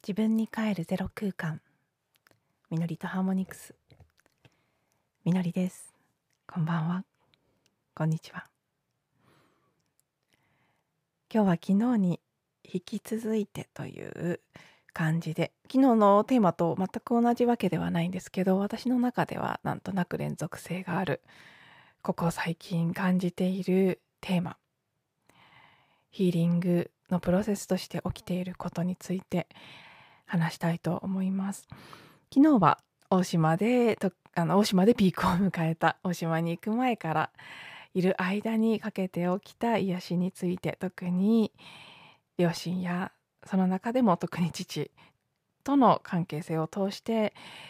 自分に帰るゼロ空間、みのりとハーモニクス。みのりです。こんばんは、こんにちは。今日は昨日に引き続いてという感じで、昨日のテーマと全く同じわけではないんですけど、私の中ではなんとなく連続性がある、ここ最近感じているテーマ、ヒーリングのプロセスとして起きていることについて話したいと思います。昨日は大島でピークを迎えた、大島に行く前からいる間にかけて起きた癒しについて、特に両親やその中でも特に父との関係性を通して、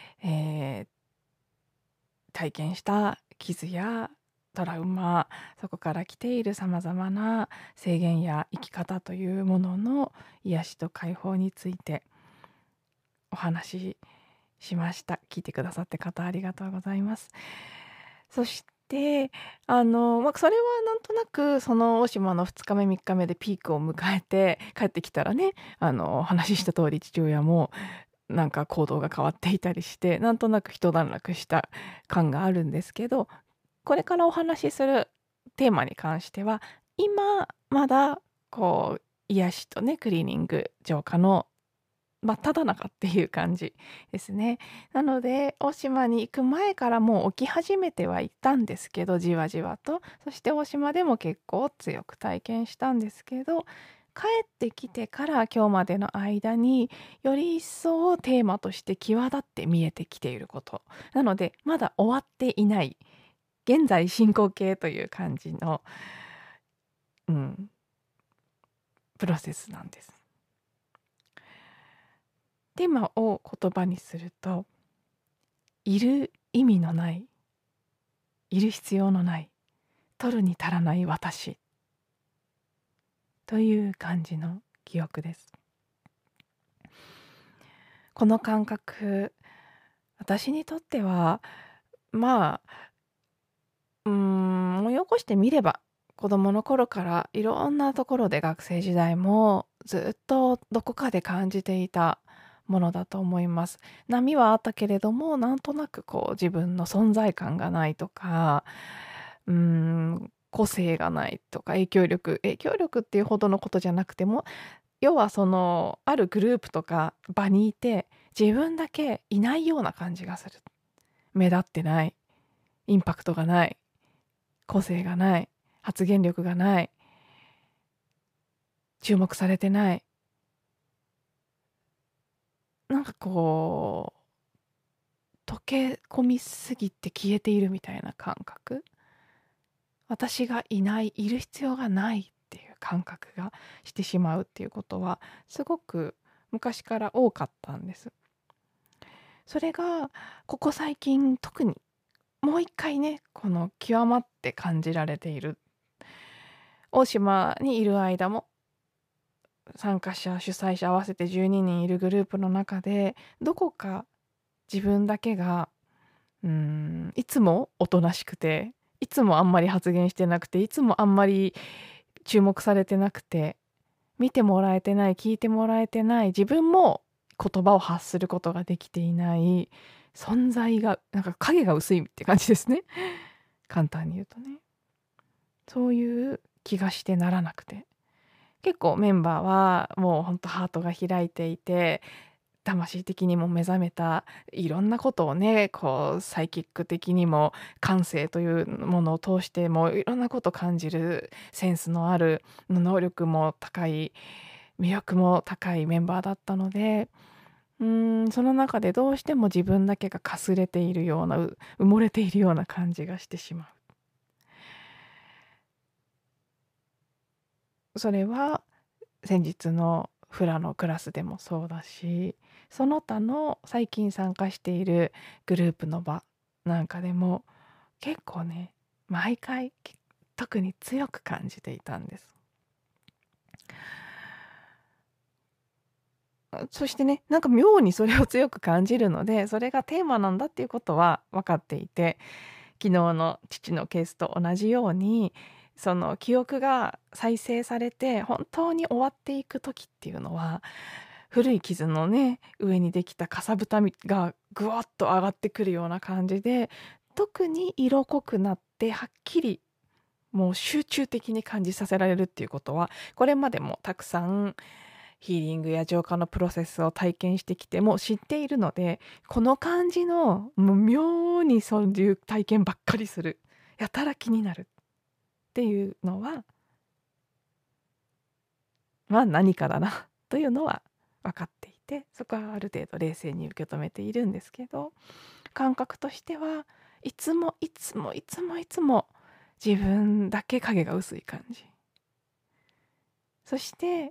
体験した傷やトラウマ、そこから来ているさまざまな制限や生き方というものの癒しと解放についてお話しました。聞いてくださって方ありがとうございます。そしてそれはなんとなくその大島の2日目3日目でピークを迎えて帰ってきたらね、お話しした通り父親もなんか行動が変わっていたりして、なんとなく一段落した感があるんですけど、これからお話しするテーマに関しては今まだこう癒しとねクリーニング浄化の真っただ中っていう感じですね。なので大島に行く前からもう起き始めてはいたんですけど、じわじわと。そして大島でも結構強く体験したんですけど、帰ってきてから今日までの間により一層テーマとして際立って見えてきていることなので、まだ終わっていない現在進行形という感じの、プロセスなんです。テーマを言葉にすると、いる意味のない、いる必要のない、取るに足らない私という感じの記憶です。この感覚、私にとっては思い起こしてみれば、子供の頃からいろんなところで、学生時代もずっとどこかで感じていたものだと思います。波はあったけれども、なんとなくこう自分の存在感がないとか、個性がないとか、影響力っていうほどのことじゃなくても、要はそのあるグループとか場にいて自分だけいないような感じがする。目立ってない、インパクトがない、個性がない、発言力がない、注目されてない、なんかこう溶け込みすぎて消えているみたいな感覚、私がいない、いる必要がないっていう感覚がしてしまうっていうことはすごく昔から多かったんです。それがここ最近特にもう一回ね、この極まって感じられている。大島にいる間も参加者主催者合わせて12人いるグループの中で、どこか自分だけがいつもおとなしくて、いつもあんまり発言してなくて、いつもあんまり注目されてなくて、見てもらえてない、聞いてもらえてない、自分も言葉を発することができていない存在が、なんか影が薄いって感じですね。簡単に言うとね。そういう気がしてならなくて。結構メンバーはもうほんとハートが開いていて、魂的にも目覚めた、いろんなことをね、こうサイキック的にも感性というものを通してもいろんなことを感じるセンスのある、能力も高い、魅力も高いメンバーだったので、その中でどうしても自分だけがかすれているような、埋もれているような感じがしてしまう。それは先日のフラのクラスでもそうだし、その他の最近参加しているグループの場なんかでも結構ね、毎回特に強く感じていたんです。そしてね、なんか妙にそれを強く感じるので、それがテーマなんだっていうことは分かっていて、昨日の父のケースと同じように、その記憶が再生されて本当に終わっていく時っていうのは、 古い傷のね上にできたかさぶたがぐわっと上がってくるような感じで、特に色濃くなってはっきりもう集中的に感じさせられるっていうことは、これまでもたくさんヒーリングや浄化のプロセスを体験してきても知っているので、この感じのもう妙にそういう体験ばっかりする、やたら気になるっていうのは何かだなというのは分かっていて、そこはある程度冷静に受け止めているんですけど、感覚としてはいつもいつもいつもいつも自分だけ影が薄い感じ。そして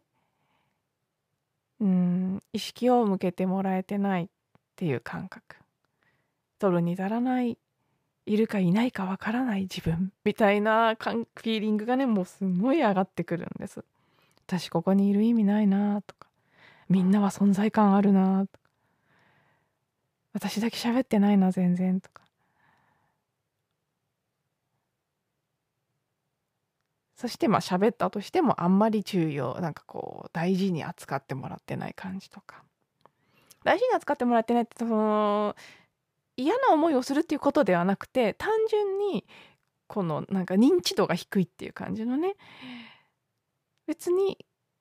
意識を向けてもらえてないっていう感覚、取るに足らない、いるかいないかわからない自分みたいなフィーリングがねもうすごい上がってくるんです。私ここにいる意味ないなとか、みんなは存在感あるなとか、私だけ喋ってないな全然とか、そして喋ったとしてもあんまり注意を大事に扱ってもらってない感じとか、大事に扱ってもらってないって嫌な思いをするっていうことではなくて、単純にこの認知度が低いっていう感じのね、別に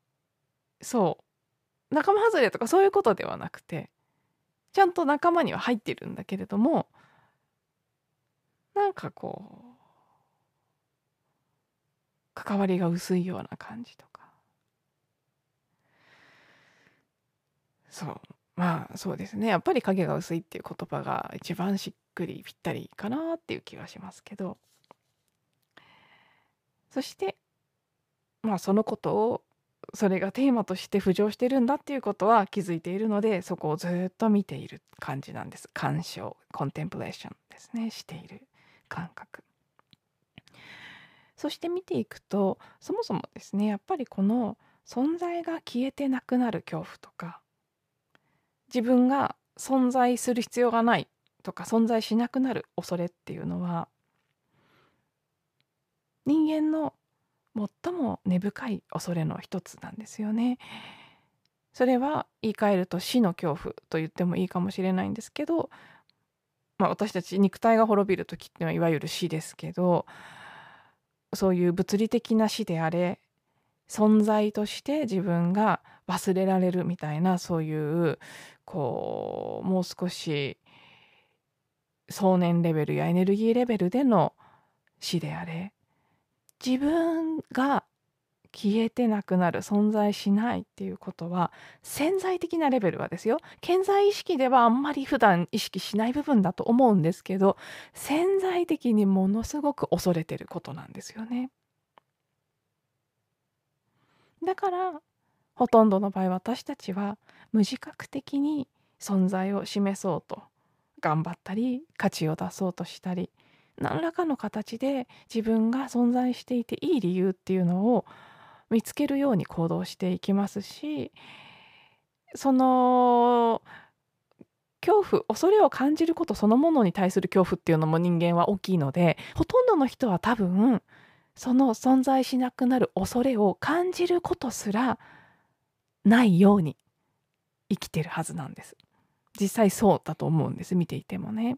仲間外れとかそういうことではなくて、ちゃんと仲間には入ってるんだけれども、関わりが薄いような感じとか、そうですね、やっぱり影が薄いっていう言葉が一番しっくりぴったりかなっていう気がしますけど、そしてそのことを、それがテーマとして浮上してるんだっていうことは気づいているので、そこをずっと見ている感じなんです。鑑賞、コンテンプレーションですね、している感覚。そして見ていくと、そもそもですね、やっぱりこの存在が消えてなくなる恐怖とか、自分が存在する必要がないとか存在しなくなる恐れっていうのは、人間の最も根深い恐れの一つなんですよね。それは言い換えると死の恐怖と言ってもいいかもしれないんですけど、私たち肉体が滅びる時っていうのはいわゆる死ですけど、そういう物理的な死であれ、存在として自分が忘れられるみたいな、そういうもう少し想念レベルやエネルギーレベルでの死であれ、自分が消えてなくなる、存在しないっていうことは、潜在的なレベルはですよ、顕在意識ではあんまり普段意識しない部分だと思うんですけど、潜在的にものすごく恐れてることなんですよね。だからほとんどの場合、私たちは無自覚的に存在を示そうと頑張ったり、価値を出そうとしたり、何らかの形で自分が存在していていい理由っていうのを見つけるように行動していきますし、その恐れを感じることそのものに対する恐怖っていうのも人間は大きいので、ほとんどの人は多分その存在しなくなる恐れを感じることすらないように生きてるはずなんです。実際そうだと思うんです、見ていてもね。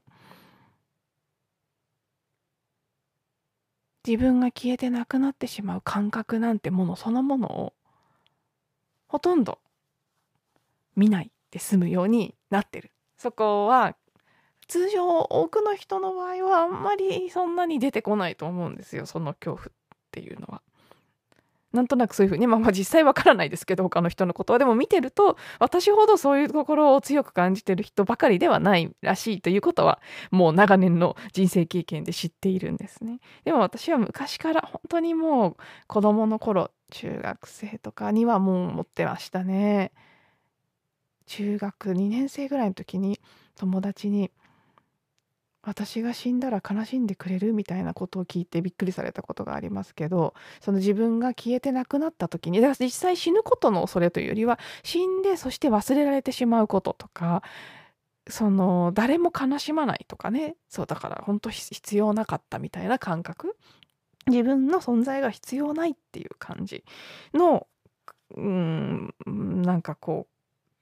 自分が消えてなくなってしまう感覚なんてものそのものをほとんど見ないで済むようになってる。そこは通常多くの人の場合はあんまりそんなに出てこないと思うんですよ、その恐怖っていうのは。なんとなくそういうふうに、実際わからないですけど、他の人のことは。でも見てると、私ほどそういうところを強く感じてる人ばかりではないらしいということは、もう長年の人生経験で知っているんですね。でも私は昔から本当にもう子供の頃、中学生とかにはもう思ってましたね。中学2年生ぐらいの時に友達に、私が死んだら悲しんでくれるみたいなことを聞いてびっくりされたことがありますけど、その自分が消えてなくなった時に、だから実際死ぬことの恐れというよりは、死んでそして忘れられてしまうこととか、誰も悲しまないとかね、そうだから本当必要なかったみたいな感覚、自分の存在が必要ないっていう感じの、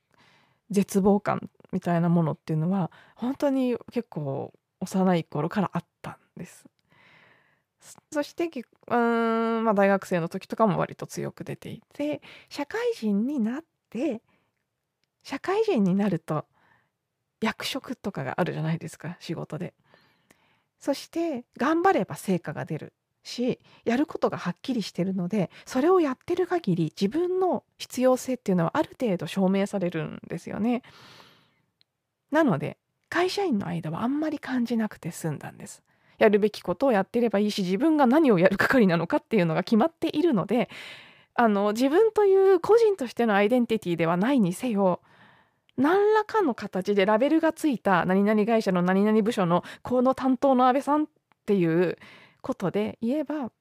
絶望感みたいなものっていうのは本当に結構幼い頃からあったんです。そして大学生の時とかも割と強く出ていて、社会人になると役職とかがあるじゃないですか、仕事で。そして頑張れば成果が出るし、やることがはっきりしてるので、それをやってる限り自分の必要性っていうのはある程度証明されるんですよね。なので会社員の間はあんまり感じなくて済んだんです。やるべきことをやってればいいし、自分が何をやる係なのかっていうのが決まっているので、自分という個人としてのアイデンティティではないにせよ、何らかの形でラベルがついた何々会社の何々部署のこの担当の安倍さんっていうことで言えば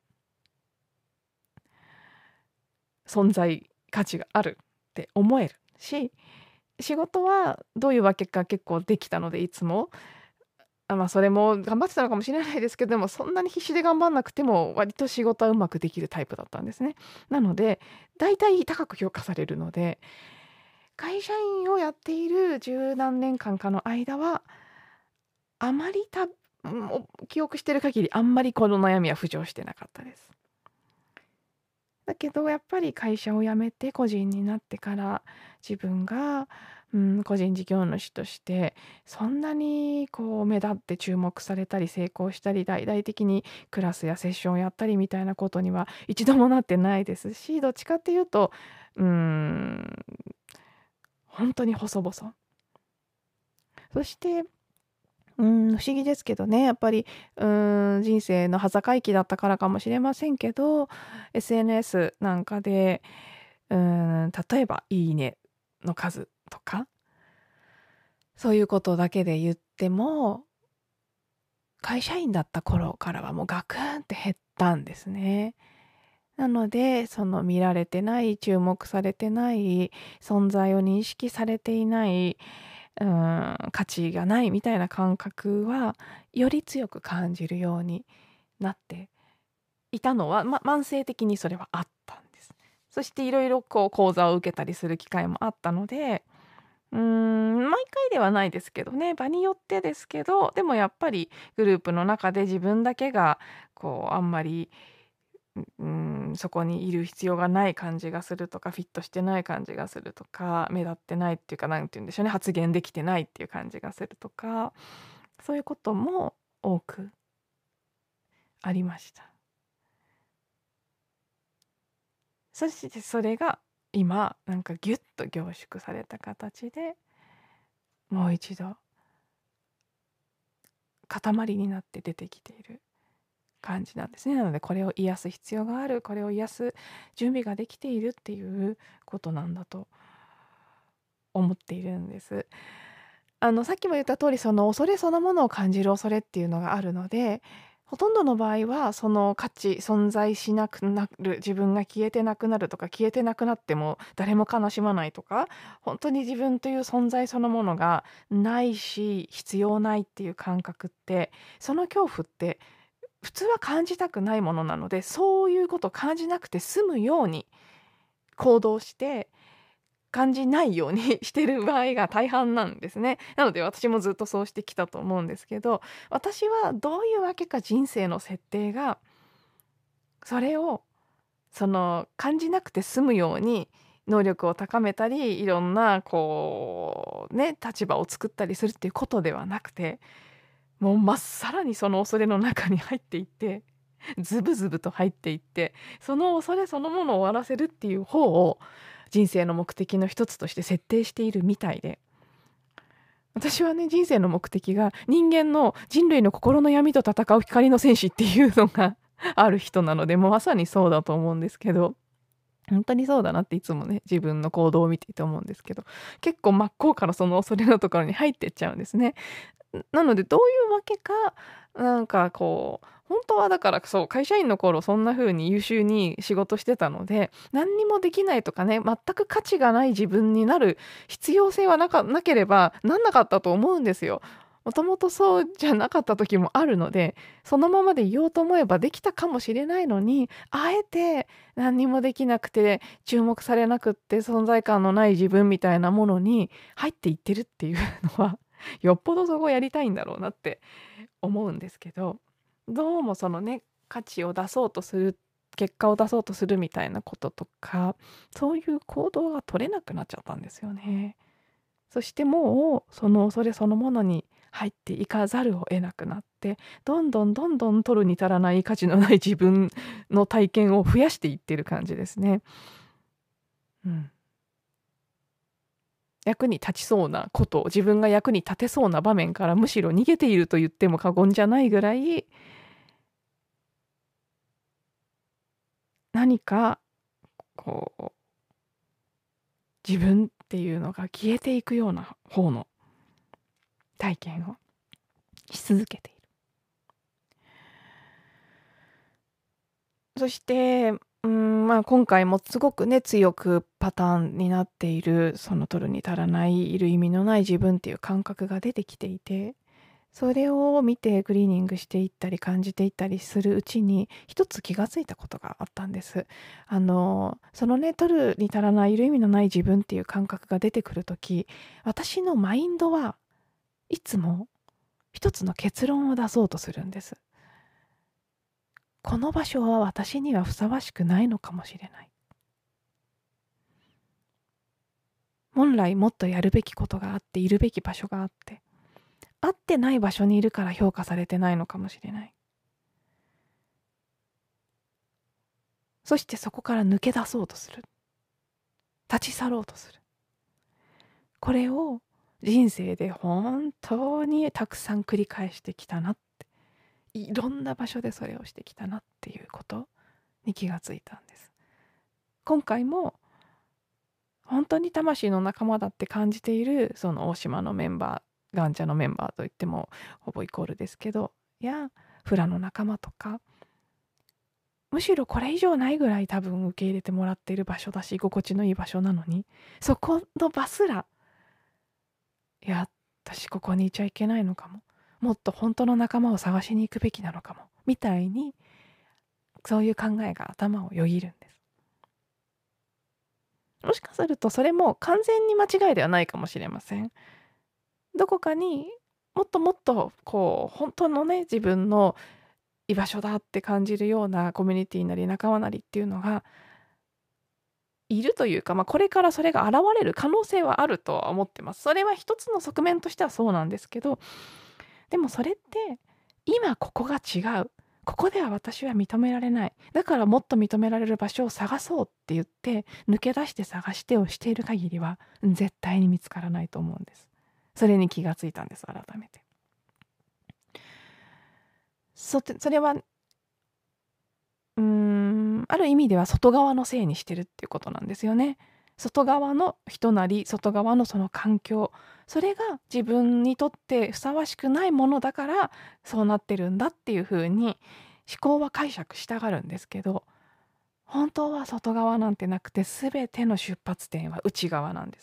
存在価値があるって思えるし、仕事はどういうわけか結構できたので、いつもそれも頑張ってたのかもしれないですけど、でもそんなに必死で頑張んなくても割と仕事はうまくできるタイプだったんですね。なので大体高く評価されるので、会社員をやっている十何年間かの間はあまり記憶してる限りあんまりこの悩みは浮上してなかったです。だけどやっぱり会社を辞めて個人になってから自分が、個人事業主としてそんなにこう目立って注目されたり成功したり大々的にクラスやセッションをやったりみたいなことには一度もなってないですし、どっちかっていうと本当に細々。そして不思議ですけどね、やっぱり人生の端境期だったからかもしれませんけど、 SNS なんかで例えば「いいね」の数とかそういうことだけで言っても、会社員だった頃からはもうガクンって減ったんですね。なのでその見られてない注目されてない存在を認識されていない価値がないみたいな感覚はより強く感じるようになっていたのは、慢性的にそれはあったんです。そしていろいろこう講座を受けたりする機会もあったので、毎回ではないですけどね、場によってですけど、でもやっぱりグループの中で自分だけがこうあんまりそこにいる必要がない感じがするとか、フィットしてない感じがするとか、目立ってないっていうか、なんて言うんでしょうね、発言できてないっていう感じがするとか、そういうことも多くありました。そしてそれが今なんかギュッと凝縮された形でもう一度塊になって出てきている感じなんですね。なのでこれを癒す必要がある、これを癒す準備ができているっていうことなんだと思っているんです。さっきも言った通り、その恐れそのものを感じる恐れっていうのがあるので、ほとんどの場合はその価値存在しなくなる、自分が消えてなくなるとか、消えてなくなっても誰も悲しまないとか、本当に自分という存在そのものがないし必要ないっていう感覚って、その恐怖って普通は感じたくないものなので、そういうことを感じなくて済むように行動して感じないようにしてる場合が大半なんですね。なので私もずっとそうしてきたと思うんですけど、私はどういうわけか人生の設定がそれを感じなくて済むように能力を高めたり、いろんなこうね立場を作ったりするっていうことではなくて、もうまっさらにその恐れの中に入っていって、ズブズブと入っていって、その恐れそのものを終わらせるっていう方を人生の目的の一つとして設定しているみたいで、私はね、人生の目的が人類の心の闇と戦う光の戦士っていうのがある人なので、もうまさにそうだと思うんですけど、本当にそうだなっていつもね、自分の行動を見ていて思うんですけど、結構真っ向からその恐れのところに入ってっちゃうんですね。なのでどういうわけか、なんかこう本当はだからそう会社員の頃そんな風に優秀に仕事してたので、何にもできないとかね、全く価値がない自分になる必要性はなければなんなかったと思うんですよ。 もともとそうじゃなかった時もあるので、そのままでいようと思えばできたかもしれないのに、あえて何にもできなくて注目されなくって存在感のない自分みたいなものに入っていってるっていうのはよっぽどそこをやりたいんだろうなって思うんですけど、どうもそのね、価値を出そうとする、結果を出そうとするみたいなこととか、そういう行動が取れなくなっちゃったんですよね。そしてもうその恐れそのものに入っていかざるを得なくなって、どんどんどんどん取るに足らない価値のない自分の体験を増やしていってる感じですね。うん。役に立ちそうなこと、自分が役に立てそうな場面からむしろ逃げていると言っても過言じゃないぐらい、何かこう自分っていうのが消えていくような方の体験をし続けている。そして、今回もすごくね、強くパターンになっている、その取るに足らない、いる意味のない自分っていう感覚が出てきていて、それを見てクリーニングしていったり感じていったりするうちに、一つ気がついたことがあったんです。そのね、取るに足らない、いる意味のない自分っていう感覚が出てくるとき、私のマインドはいつも一つの結論を出そうとするんです。この場所は私にはふさわしくないのかもしれない。本来もっとやるべきことがあっているべき場所があって、合ってない場所にいるから評価されてないのかもしれない。そしてそこから抜け出そうとする。立ち去ろうとする。これを人生で本当にたくさん繰り返してきたなって、いろんな場所でそれをしてきたなっていうことに気がついたんです。今回も本当に魂の仲間だって感じているその大島のメンバー、ガンチャのメンバーといってもほぼイコールですけど、やフラの仲間とか、むしろこれ以上ないぐらい多分受け入れてもらっている場所だし、居心地のいい場所なのに、そこの場すら、いや、私ここにいちゃいけないのかも、もっと本当の仲間を探しに行くべきなのかも、みたいに、そういう考えが頭をよぎるんです。もしかするとそれも完全に間違いではないかもしれません。どこかにもっともっとこう本当のね、自分の居場所だって感じるようなコミュニティなり仲間なりっていうのがいるというか、これからそれが現れる可能性はあるとは思ってます。それは一つの側面としてはそうなんですけど、でもそれって今ここが違う。ここでは私は認められない。だからもっと認められる場所を探そうって言って抜け出して探してをしている限りは絶対に見つからないと思うんです。それに気がついたんです、改めて。それはある意味では外側のせいにしてるっていうことなんですよね。外側の人なり、外側のその環境、それが自分にとってふさわしくないものだからそうなってるんだっていう風に思考は解釈したがるんですけど、本当は外側なんてなくて全ての出発点は内側なんです。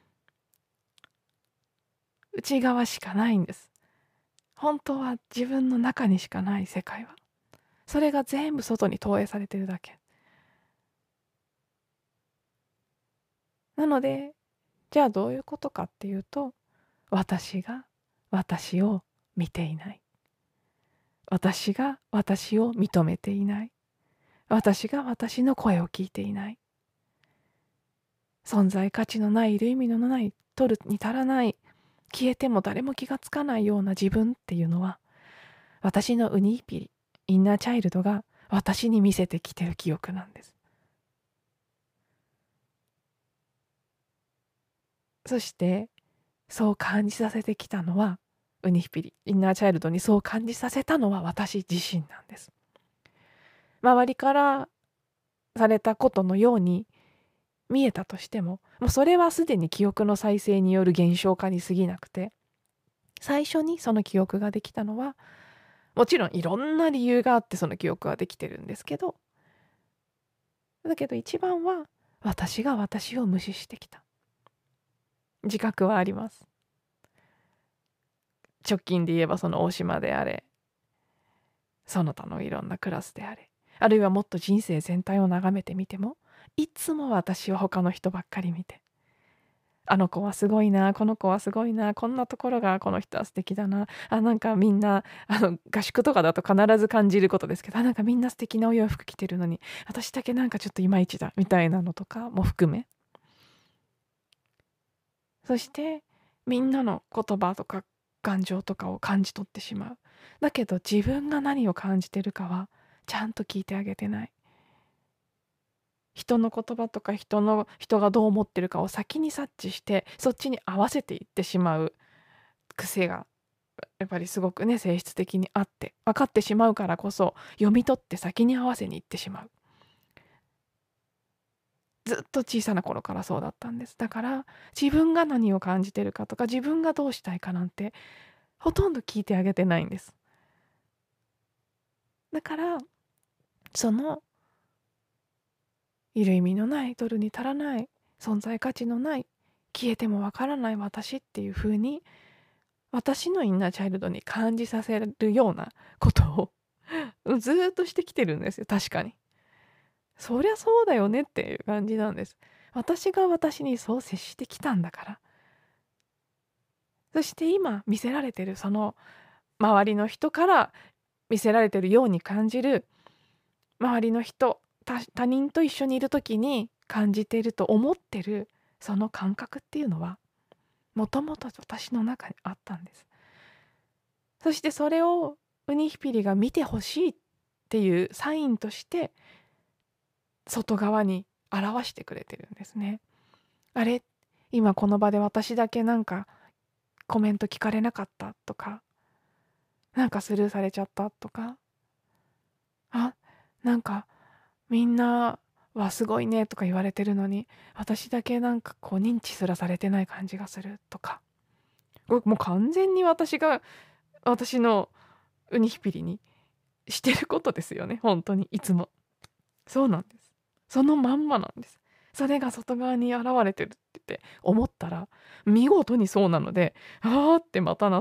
内側しかないんです。本当は自分の中にしかない世界は。それが全部外に投影されてるだけ。なので、じゃあどういうことかっていうと、私が私を見ていない。私が私を認めていない。私が私の声を聞いていない。存在価値のない、いる意味のない、取るに足らない、消えても誰も気がつかないような自分っていうのは、私のウニーピリ、インナーチャイルドが私に見せてきてる記憶なんです。そして、そう感じさせてきたのは、ウニヒピリ、インナーチャイルドにそう感じさせたのは私自身なんです。周りからされたことのように見えたとしても、もうそれはすでに記憶の再生による現象化に過ぎなくて、最初にその記憶ができたのは、もちろんいろんな理由があってその記憶はできてるんですけど、だけど一番は私が私を無視してきた。自覚はあります。 直近で言えばその大島であれ、その他のいろんなクラスであれ、あるいはもっと人生全体を眺めてみても、いつも私は他の人ばっかり見て、あの子はすごいな、この子はすごいな、こんなところがこの人は素敵だな、なんかみんな合宿とかだと必ず感じることですけど、なんかみんな素敵なお洋服着てるのに私だけなんかちょっといまいちだみたいなのとかも含め、そしてみんなの言葉とか感情とかを感じ取ってしまう。だけど自分が何を感じてるかはちゃんと聞いてあげてない。人の言葉とか人がどう思ってるかを先に察知してそっちに合わせていってしまう癖がやっぱりすごくね、性質的にあって分かってしまうからこそ、読み取って先に合わせにいってしまう。ずっと小さな頃からそうだったんです。だから自分が何を感じてるかとか自分がどうしたいかなんてほとんど聞いてあげてないんです。だからそのいる意味のないドルに足らない存在価値のない消えてもわからない私っていう風に私のインナーチャイルドに感じさせるようなことをずーっとしてきてるんですよ。確かにそりゃそうだよねっていう感じなんです。私が私にそう接してきたんだから。そして今見せられてるその周りの人から見せられてるように感じる周りの人、他人と一緒にいる時に感じていると思ってるその感覚っていうのはもともと私の中にあったんです。そしてそれをウニヒピリが見てほしいっていうサインとして外側に表してくれてるんですね。あれ、今この場で私だけなんかコメント聞かれなかったとか、なんかスルーされちゃったとか、あ、なんかみんなはすごいねとか言われてるのに私だけなんかこう認知すらされてない感じがするとか、これもう完全に私が私のウニヒピリにしてることですよね。本当にいつもそうなんです。そのまんまなんです。それが外側に現れてるって言って思ったら見事にそうなので、あーってまたなって、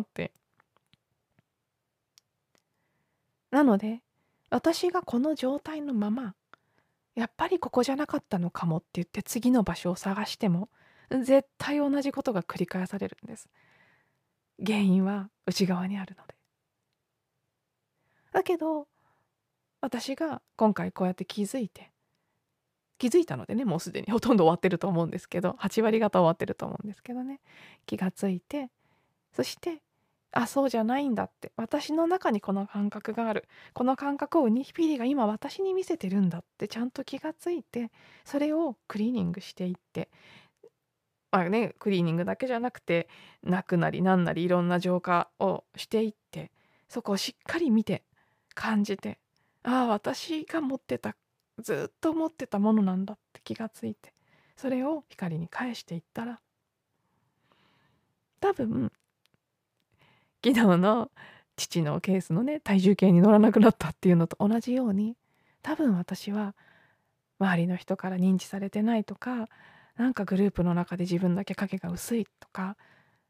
なので私がこの状態のままやっぱりここじゃなかったのかもって言って次の場所を探しても絶対同じことが繰り返されるんです。原因は内側にあるので。だけど私が今回こうやって気づいたのでね、もうすでにほとんど終わってると思うんですけど、8割方終わってると思うんですけどね、気がついて、そしてそうじゃないんだって、私の中にこの感覚がある、この感覚をウニヒピリが今私に見せてるんだってちゃんと気がついて、それをクリーニングしていって、クリーニングだけじゃなくて泣くなりなんなりいろんな浄化をしていって、そこをしっかり見て感じて、私が持ってた、ずっと持ってたものなんだって気がついて、それを光に返していったら、多分昨日の父のケースのね、体重計に乗らなくなったっていうのと同じように、多分私は周りの人から認知されてないとか、なんかグループの中で自分だけ影が薄いとか、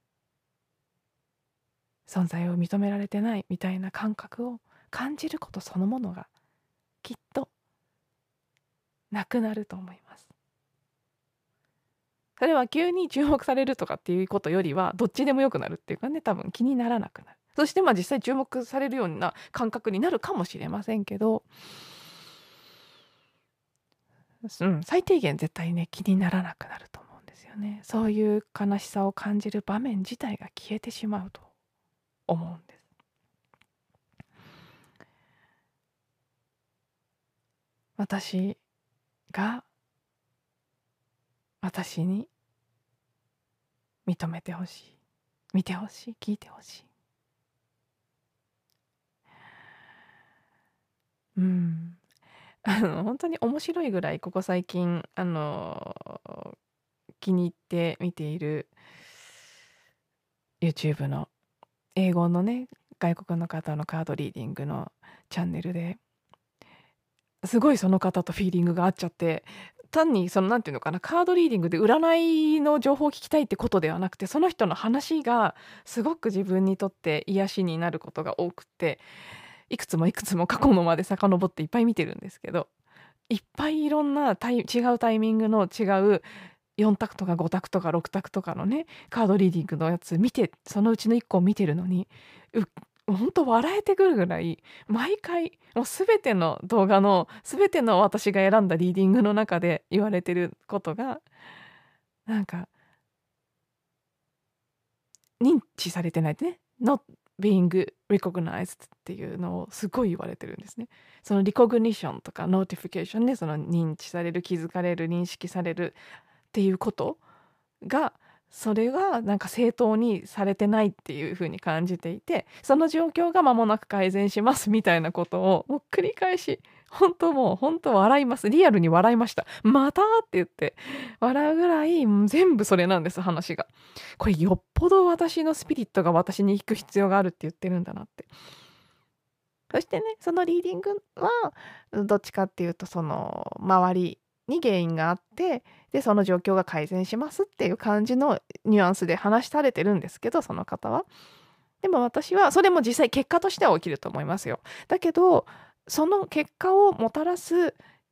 存在を認められてないみたいな感覚を感じることそのものがきっとなくなると思います。それは急に注目されるとかっていうことよりはどっちでもよくなるっていうかね、多分気にならなくなる。そして実際注目されるような感覚になるかもしれませんけど、最低限絶対ね気にならなくなると思うんですよね。そういう悲しさを感じる場面自体が消えてしまうと思うんです。私が私に認めてほしい、見てほしい、聞いてほしい。本当に面白いぐらいここ最近気に入って見ている YouTube の英語のね外国の方のカードリーディングのチャンネルですごいその方とフィーリングが合っちゃって、 単にそのなんていうのかな、カードリーディングで占いの情報を聞きたいってことではなくて、その人の話がすごく自分にとって癒しになることが多くて、いくつもいくつも過去のまで遡っていっぱい見てるんですけど、いっぱいいろんな違うタイミングの違う4択とか5択とか6択とかのね、カードリーディングのやつ見て、そのうちの1個を見てるのに、本当笑えてくるぐらい、毎回もう全ての動画の全ての私が選んだリーディングの中で言われてることが、なんか認知されてないってね、not being recognized っていうのをすごい言われてるんですね。そのリコグニションとかノーティフィケーションでその認知される、気づかれる、認識されるっていうことが、それがなんか正当にされてないっていう風に感じていて、その状況が間もなく改善しますみたいなことをもう繰り返し、もう本当笑います。リアルに笑いました。またって言って笑うぐらい、もう全部それなんです、話が。これよっぽど私のスピリットが私に行く必要があるって言ってるんだなって。そしてね、そのリーディングはどっちかっていうと、その周りに原因があって、でその状況が改善しますっていう感じのニュアンスで話されてるんですけど、その方は。でも私はそれも実際結果としては起きると思いますよ。だけどその結果をもたらす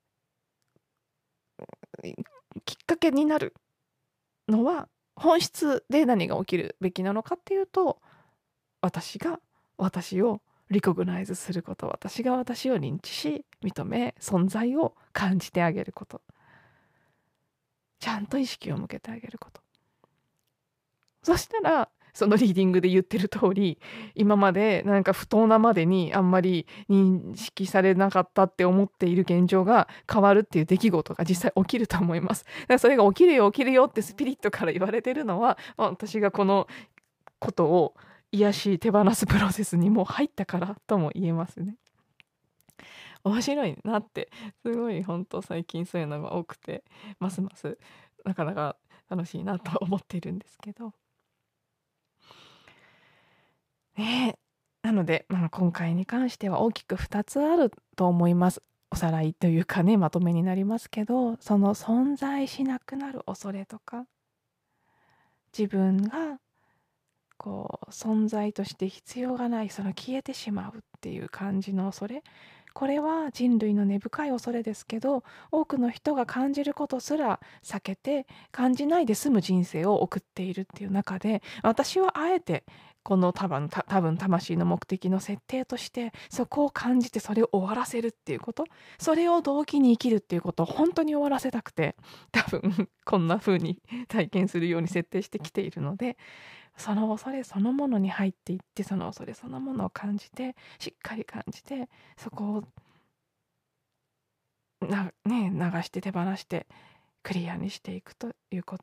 きっかけになるのは、本質で何が起きるべきなのかっていうと、私が私をリコグナイズすること、私が私を認知し認め存在を感じてあげること、ちゃんと意識を向けてあげること。そしたらそのリーディングで言ってる通り、今までなんか不当なまでにあんまり認識されなかったって思っている現状が変わるっていう出来事が実際起きると思います。だからそれが起きるよ起きるよってスピリットから言われてるのは、私がこのことを癒し手放すプロセスにもう入ったからとも言えますね。面白いなって、すごい本当最近そういうのが多くて、ますますなかなか楽しいなと思っているんですけどね。なので、今回に関しては大きく2つあると思います。おさらいというかね、まとめになりますけど、その存在しなくなる恐れとか、自分がこう存在として必要がない、その消えてしまうっていう感じの恐れ、これは人類の根深い恐れですけど、多くの人が感じることすら避けて感じないで済む人生を送っているっていう中で、私はあえてこの多分魂の目的の設定として、そこを感じてそれを終わらせるっていうこと、それを動機に生きるっていうことを本当に終わらせたくて、多分こんな風に体験するように設定してきているので、その恐れそのものに入っていって、その恐れそのものを感じて、しっかり感じて、そこを流して手放してクリアにしていくということ。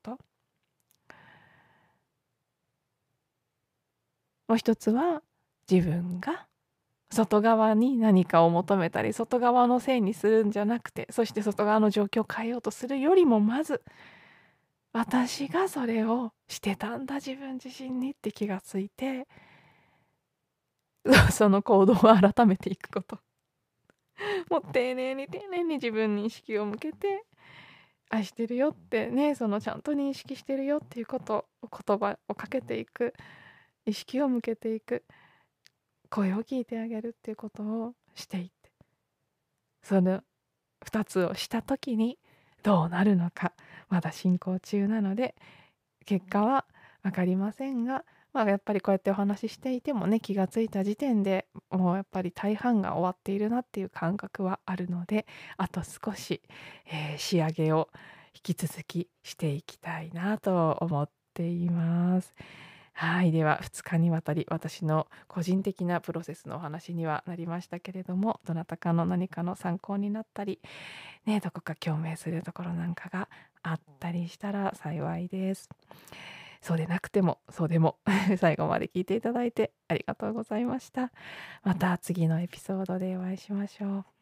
もう一つは、自分が外側に何かを求めたり、外側のせいにするんじゃなくて、そして外側の状況を変えようとするよりも、まず私がそれをしてたんだ自分自身にって気がついて、その行動を改めていくこと。もう丁寧に丁寧に自分に意識を向けて、愛してるよってね、そのちゃんと認識してるよっていうことを、言葉をかけていく、意識を向けていく、声を聞いてあげるっていうことをしていって、その2つをした時にどうなるのか、まだ進行中なので結果は分かりませんが、やっぱりこうやってお話ししていてもね、気がついた時点でもうやっぱり大半が終わっているなっていう感覚はあるので、あと少し、仕上げを引き続きしていきたいなと思っています。はい、では2日にわたり私の個人的なプロセスのお話にはなりましたけれども、どなたかの何かの参考になったりね、どこか共鳴するところなんかがあったりしたら幸いです。そうでなくてもそうでも最後まで聞いていただいてありがとうございました。また次のエピソードでお会いしましょう。